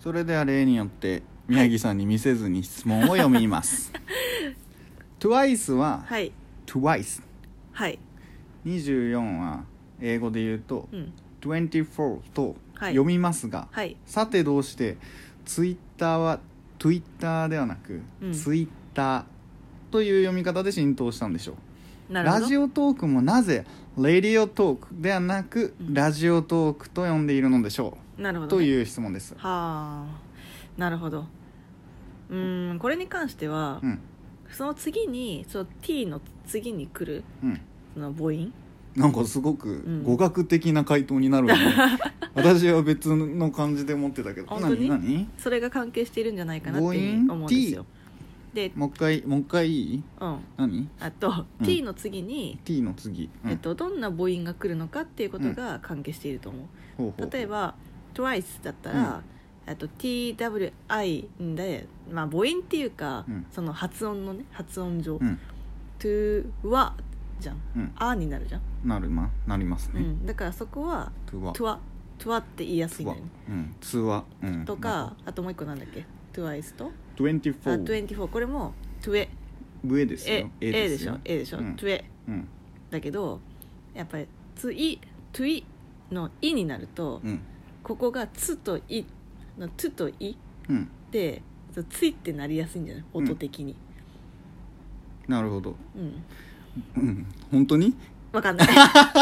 それでは例によって宮城さんに見せずに質問を読みます、TWICE は、 はい TWICE、 はい、 24は英語で言うと、24と読みますが、 はい、 さてどうしてツイッターは Twitter ではなく、ツイッターという読み方で浸透したんでしょう。 なるほど。 ラジオトークもなぜレディオトークではなく、ラジオトークと呼んでいるのでしょう、 なるほど、 という質問です。 はあ、なるほど。これに関しては、その次にその T の次に来る、その母音、 なんかすごく語学的な回答になるので、私は別の感じで思ってたけど、 本当に何それが関係しているんじゃないかなって思うんですよ。でもう一回いい？何？ あと、T の次に T の次、 どんな母音が来るのかっていうことが関係していると思う。例えば TWICE だったら、TWI で、まあ、母音っていうか、その発音のね、発音上、to はじゃん、あになるじゃん。なりますね、 だからそこは to はって言いやすいんだよね。 to は、 とか、あともう一個なんだっけ、 TWICE と 24、 これも to 上ですよ。 A でしょ、A でしょ、to だけど、やっぱり to のいになると、ここがつといのつとい、でついってなりやすいんじゃない、音的に。 なるほど。本当に分かんない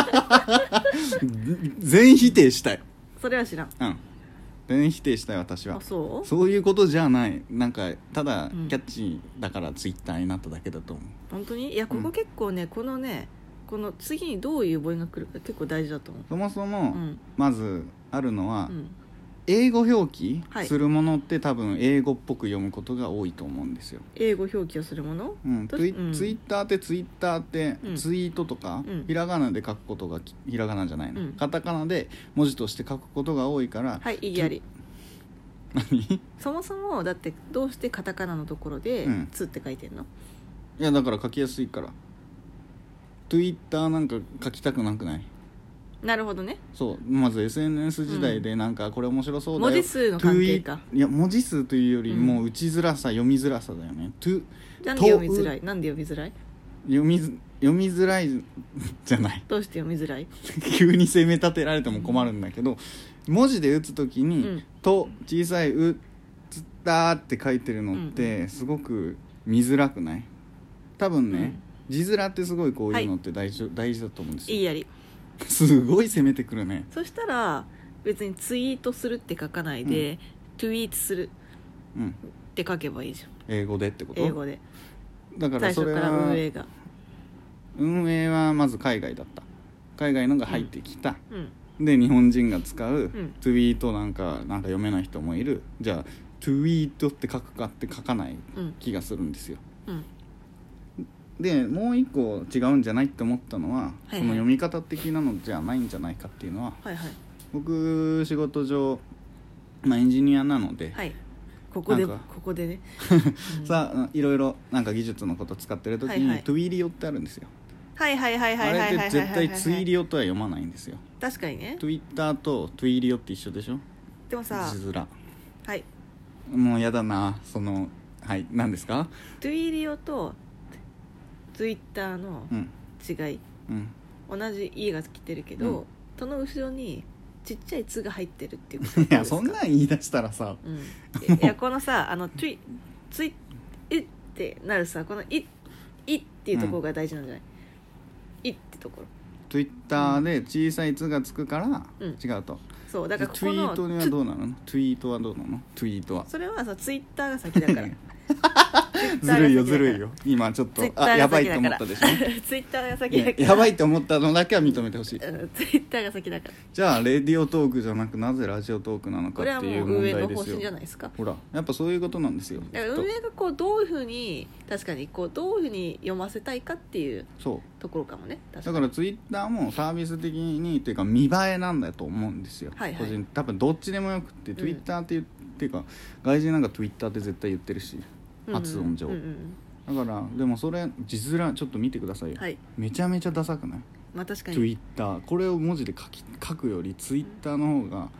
全否定したい。 それは知らん。 全否定したい。私はそういうことじゃない。なんかただキャッチーだからツイッターになっただけだと思う。 本当に？いや、ここ結構ね、この次にどういう母音が来るか結構大事だと思う。 そもそも、まずあるのは、英語表記するものって多分英語っぽく読むことが多いと思うんですよ。 英語表記をするもの、 ツイッターってツイートとか、ひらがなで書くことがひらがなじゃないの、カタカナで文字として書くことが多いから。 はい、意義あり。 何？ そもそもだってどうしてカタカナのところでつって書いてんの？ いやだから書きやすいから。ツイッターなんか書きたくなくない？ なるほどね。 そう、まず SNS 時代でなんかこれ面白そうだよ、 文字数の関係か。 いや文字数というよりも打ちづらさ、読みづらさだよね。 なんで読みづらい？なんで読みづらい？ 読みづらいじゃない。 どうして読みづらい？ 急に攻め立てられても困るんだけど、文字で打つときに、と小さいうつったって書いてるのってすごく見づらくない？多分ね、字面ってすごいこういうのって大事だと思うんですよ。 いいやり。 すごい攻めてくるね。 そしたら別にツイートするって書かないで、トゥイートするって書けばいいじゃん。 英語でってこと？ 英語で。 だからそれは最初から運営はまず海外だった。海外のが入ってきた、で日本人が使う、トゥイートなんか読めない人もいる。じゃあトゥイートって書くかって書かない気がするんですよ。でもう一個違うんじゃないって思ったのは、その読み方的なのじゃないんじゃないかっていうのは、僕仕事上、エンジニアなので、 ここでねさあいろいろなんか技術のこと使ってる時に、トゥイリオってあるんですよ。あれって絶対ツイリオとは読まないんですよ。 確かにね。 ツイッターとトゥイリオって一緒でしょ。 でもさ、 字面もうやだな。何ですか？ トゥイリオとツイッターの違い、同じ「い」が来てるけど、その後ろにちっちゃい「つ」が入ってるっていうことですか？ いやそんなん言い出したらさ、 いやこのさツイってなるさ、このいっていうところが大事なんじゃない？いってところ。 ツイッターで小さい「つ」がつくから違うと。 そうだからここのツイートはどうなの？ツイートはどうなの？ツイートはそれはさ、ツイッターが先だからずるいよ今ちょっとやばいと思ったでしょ。 ツイッターが先だから、 やばいと思ったのだけは認めてほしい。 ツイッターが先だから。 じゃあレディオトークじゃなくなぜラジオトークなのかっていう問題ですよ。これはもう運営の方針じゃないですか。 ほらやっぱそういうことなんですよ。 だから運営がこうどういうふうに、確かにこうどういうふうに読ませたいかっていうところかもね。 だからツイッターもサービス的にっていうか見栄えなんだと思うんですよ。個人多分どっちでもよくってツイッターっていうか外人なんかツイッターって絶対言ってるし、発音上、だからでもそれ字面ちょっと見てくださいよ、めちゃめちゃダサくない？ 確かにツイッターこれを文字で書くよりツイッターの方が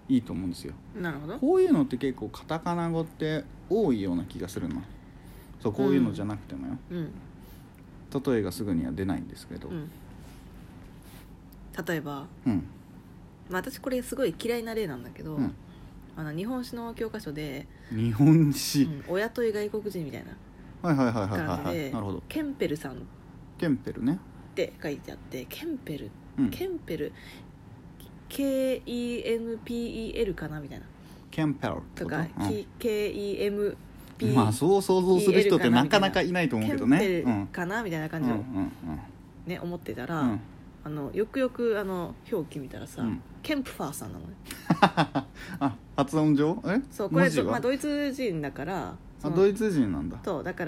いいと思うんですよ。 なるほど。 こういうのって結構カタカナ語って多いような気がするの。そう、こういうのじゃなくてもよ、例えがすぐには出ないんですけど、 例えば、私これすごい嫌いな例なんだけど、日本史の教科書で日本史、 お雇い外国人みたいな感じで、 なるほど、 ケンペルさんケンペルねって書いてあって、ケンペル、KEMPEL かなみたいな、 ケンペルとか、KEMPEL まあそう想像する人ってなかなかいないと思うけどね。 ケンペルかなみたいな感じをね思ってたら、よくよく表記見たらさ、ケンプファーさんなのね。 あ、発音上そう、これドイツ人だから、 ドイツ人なんだ。 そうだから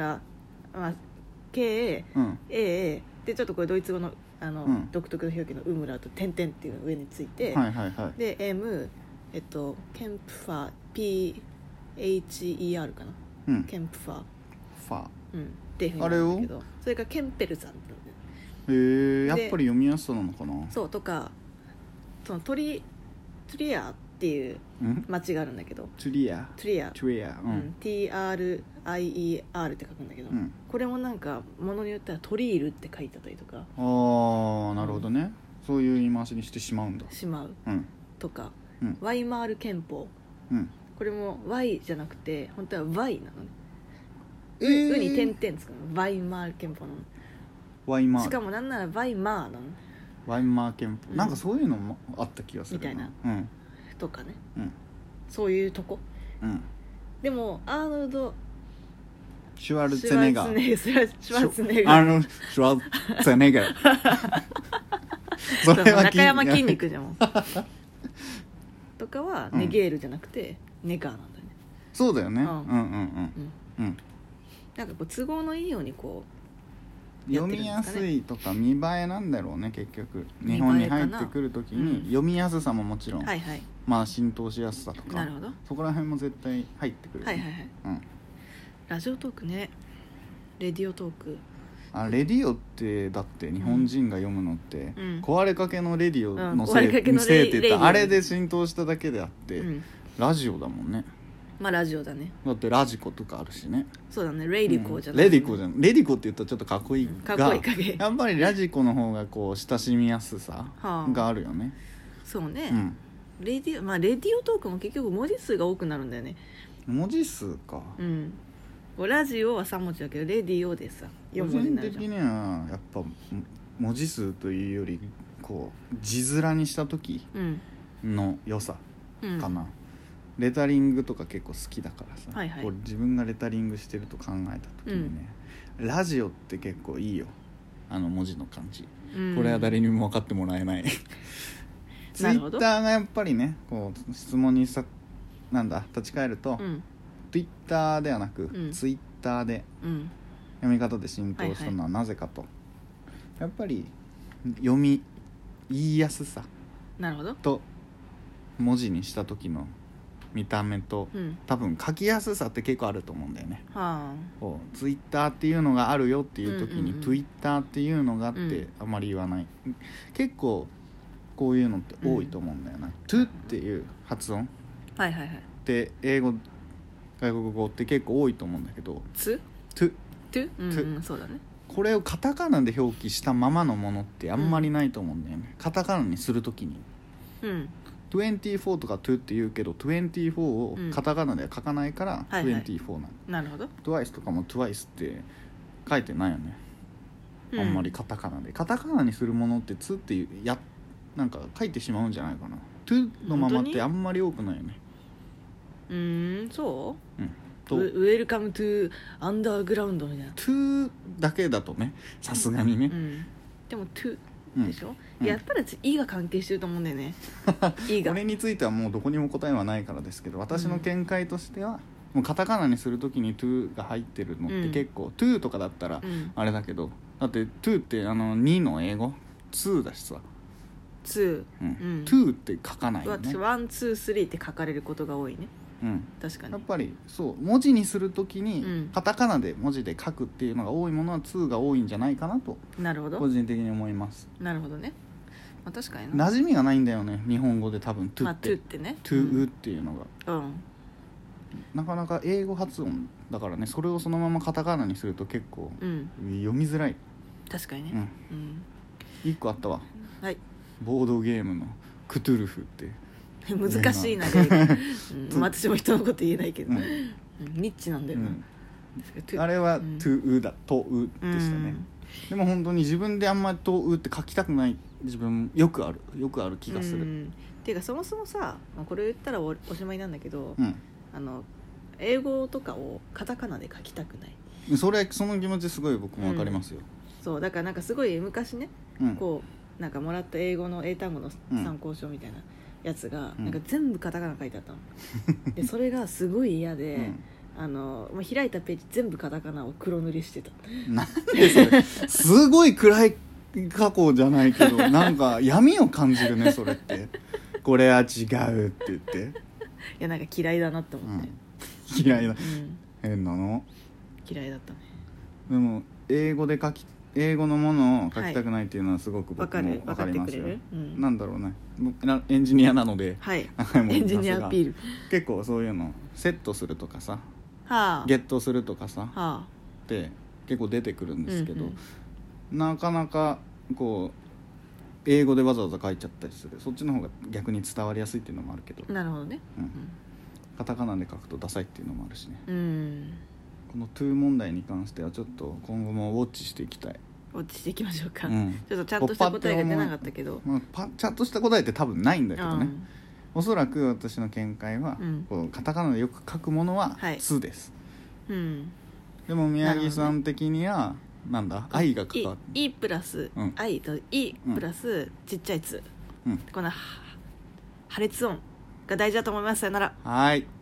、K、A でちょっとこれドイツ語の独特の表記のウムラウと点々っていうの上について、で M ケンプファー PHER かな、ケンプファーっていうふうになるんだけど、それがケンペルさんってやっぱり読みやすさなのかな。 そうとか、そのトリアっていう町があるんだけど、 トリア、 TRIER って書くんだけど、これもなんかものによってはトリールって書いてあったりとか、 なるほどね、そういう言い回しにしてしまうんだ。 とか、ワイマール憲法、これも Y じゃなくて本当は Y なのね。うに点々つくの、ワイマール憲法なの。しかもなんならワイマーなの。 ワイマー憲法、なんかそういうのもあった気がするみたいな、とかね、そういうとこ、でもアーノルド・シュワルツェネガー、 アーノルド・シュワルツェネガーそれは中山筋肉じゃんとかはネゲールじゃなくてネガーなんだよね。 そうだよね。 なんかこう都合のいいようにこう読みやすいとか見栄えなんだろうね。結局日本に入ってくるときに読みやすさももちろん、まあ浸透しやすさとか、そこら辺も絶対入ってくる。 ラジオトークね、レディオトーク、 レディオってだって日本人が読むのって、壊れかけのレディオのせいって言ったあれで浸透しただけであって、ラジオだもんね。 まあラジオだね。 だってラジコとかあるしね。 そうだね、レディコじゃない、 レディコって言ったらちょっとかっこいいが、やっぱりラジコの方がこう親しみやすさがあるよね。 そうね、レディオトークも結局文字数が多くなるんだよね。 文字数か。 ラジオは3文字だけどレディオでさ4文字になるじゃん。 個人的にはやっぱ文字数というよりこう字面にした時の良さかな。レタリングとか結構好きだからさ、こう自分がレタリングしてると考えた時にね、ラジオって結構いいよ、文字の感じ、これは誰にも分かってもらえないツイッターがやっぱりね、こう質問に立ち返ると、ツイッターではなく、ツイッターで読み方で浸透したのはなぜかと、やっぱり言いやすさと文字にした時の見た目と、多分書きやすさって結構あると思うんだよね。ツイッターっていうのがあるよっていう時に、ツイッターっていうのがあってあまり言わない、結構こういうのって多いと思うんだよな。トゥっていう発音で外国語って結構多いと思うんだけど、トゥそうだね。 これをカタカナで表記したままのものってあんまりないと思うんだよね。カタカナにするときに、24とか2って言うけど24をカタカナでは書かないから24なの。 なるほど。 TWICE とかも TWICE って書いてないよね、あんまりカタカナで。カタカナにするものって2ってなんか書いてしまうんじゃないかな。2のままってあんまり多くないよね。 そう、ウェルカムトゥアンダーグラウンドみたいな。 2だけだとね、さすがにね、 でも2でしょ、やっぱり「い」が関係してると思うんだよねいが。 これについてはもうどこにも答えはないからですけど、私の見解としては、もうカタカナにするときに to が入ってるのって結構、to とかだったらあれだけど、だって to って2の英語2だしさ、 2、 to って書かないよね。 私1、2、3って書かれることが多いね。確かにやっぱりそう文字にするときに、カタカナで文字で書くっていうのが多いものは2が多いんじゃないかなと、個人的に思います。 なるほどね。 あ確かにな馴染みがないんだよね日本語で多分トゥまあ、 って、 トゥってねトゥっていうのが、 うんなかなか英語発音だからねそれをそのままカタカナにすると結構読みづらい、 確かにね、 1個あったわ、 はい、 ボードゲームのクトゥルフって難しいな、私も人のこと言えないけど、ニッチなんだよな、 あれはトゥウだ、トウでしたね、でも本当に自分であんまりトウって書きたくない自分よくある気がする、 っていうかそもそもさこれ言ったら おしまいなんだけど、英語とかをカタカナで書きたくないその気持ちすごい僕も分かりますよ、 そうだからなんかすごい昔ね、こうなんかもらった英語の英単語の参考書みたいなやつが、なんか全部カタカナ書いてあったの、でそれがすごい嫌で、開いたページ全部カタカナを黒塗りしてた。 なんでそれすごい暗い過去じゃないけどなんか闇を感じるねそれってこれは違うって言っていやなんか嫌いだなって思って、 嫌いだ、変なの嫌いだったね。 でも英語のものを書きたくないっていうのはすごく僕も分かりますよ、なんだろうねエンジニアなので、 エンジニアアピール結構そういうのセットするとかさ、ゲットするとかさ、って結構出てくるんですけど、なかなかこう英語でわざわざ書いちゃったりする、そっちの方が逆に伝わりやすいっていうのもあるけど、 なるほどね、 カタカナで書くとダサいっていうのもあるしね、このトゥー問題に関してはちょっと今後もウォッチしていきたい。 ウォッチしていきましょうか、ちょっとちゃんとした答えが出なかったけど、 ちゃんとした答えって多分ないんだけどね、おそらく私の見解は、こうカタカナでよく書くものは「つ」です、でも宮城さん的にはなんだ「愛」が関わって 「い」プラス「愛」と「い」プラスちっちゃい「つ」この破裂音が大事だと思います。さよなら。 はい。